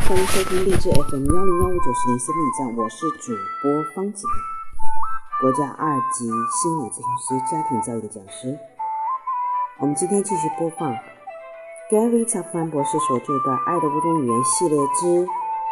欢迎收听励志 FM101590心理站，我是主播方景，国家2级心理咨询师，家庭教育的讲师。我们今天继续播放 Gary Chapman 博士所著的《爱的5种语言》系列之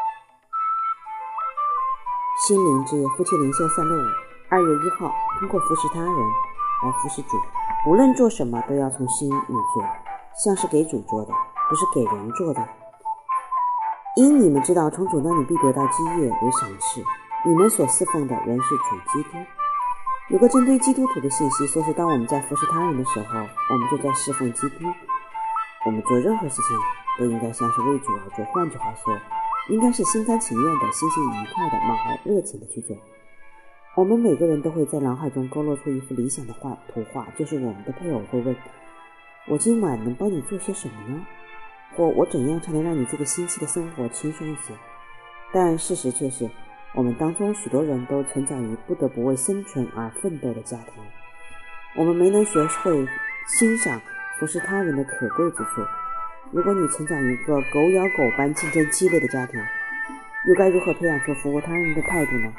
心灵之夫妻灵修365。2月1号，通过服侍他人来服侍主，无论做什么都要从心里做，像是给主做的，不是给人做的。因你们知道，从主那里必得到基业为赏赐，你们所侍奉的人是主基督。有个针对基督徒的信息，说是当我们在服侍他人的时候，我们就在侍奉基督。我们做任何事情都应该像是为主而做，换句话说，应该是心甘情愿的、心情愉快的、满怀热情的去做。我们每个人都会在脑海中勾勒出一幅理想的图画，就是我们的配偶会问：我今晚能帮你做些什么呢？或我怎样才能让你这个星期的生活轻松一些？但事实却是，我们当中许多人都成长于不得不为生存而奋斗的家庭。我们没能学会欣赏服侍他人的可贵之处。如果你成长于一个狗咬狗般竞争激烈的家庭，又该如何培养出服务他人的态度呢？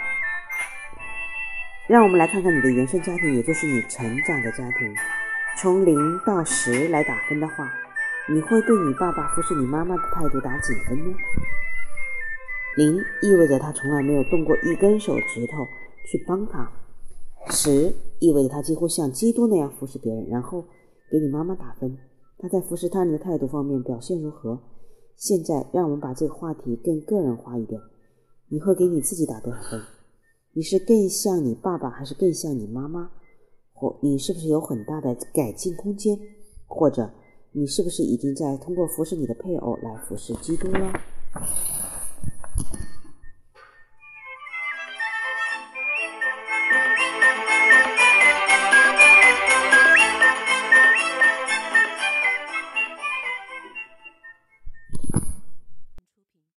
让我们来看看你的原生家庭，也就是你成长的家庭。从0到10来打分的话，你会对你爸爸服侍你妈妈的态度打几分呢？0意味着他从来没有动过一根手指头去帮他，10意味着他几乎像基督那样服侍别人。然后给你妈妈打分，他在服侍他人的态度方面表现如何？现在让我们把这个话题更个人化一点，你会给你自己打多少分？你是更像你爸爸还是更像你妈妈？或你是不是有很大的改进空间？或者你是不是已经在通过服侍你的配偶来服侍基督了？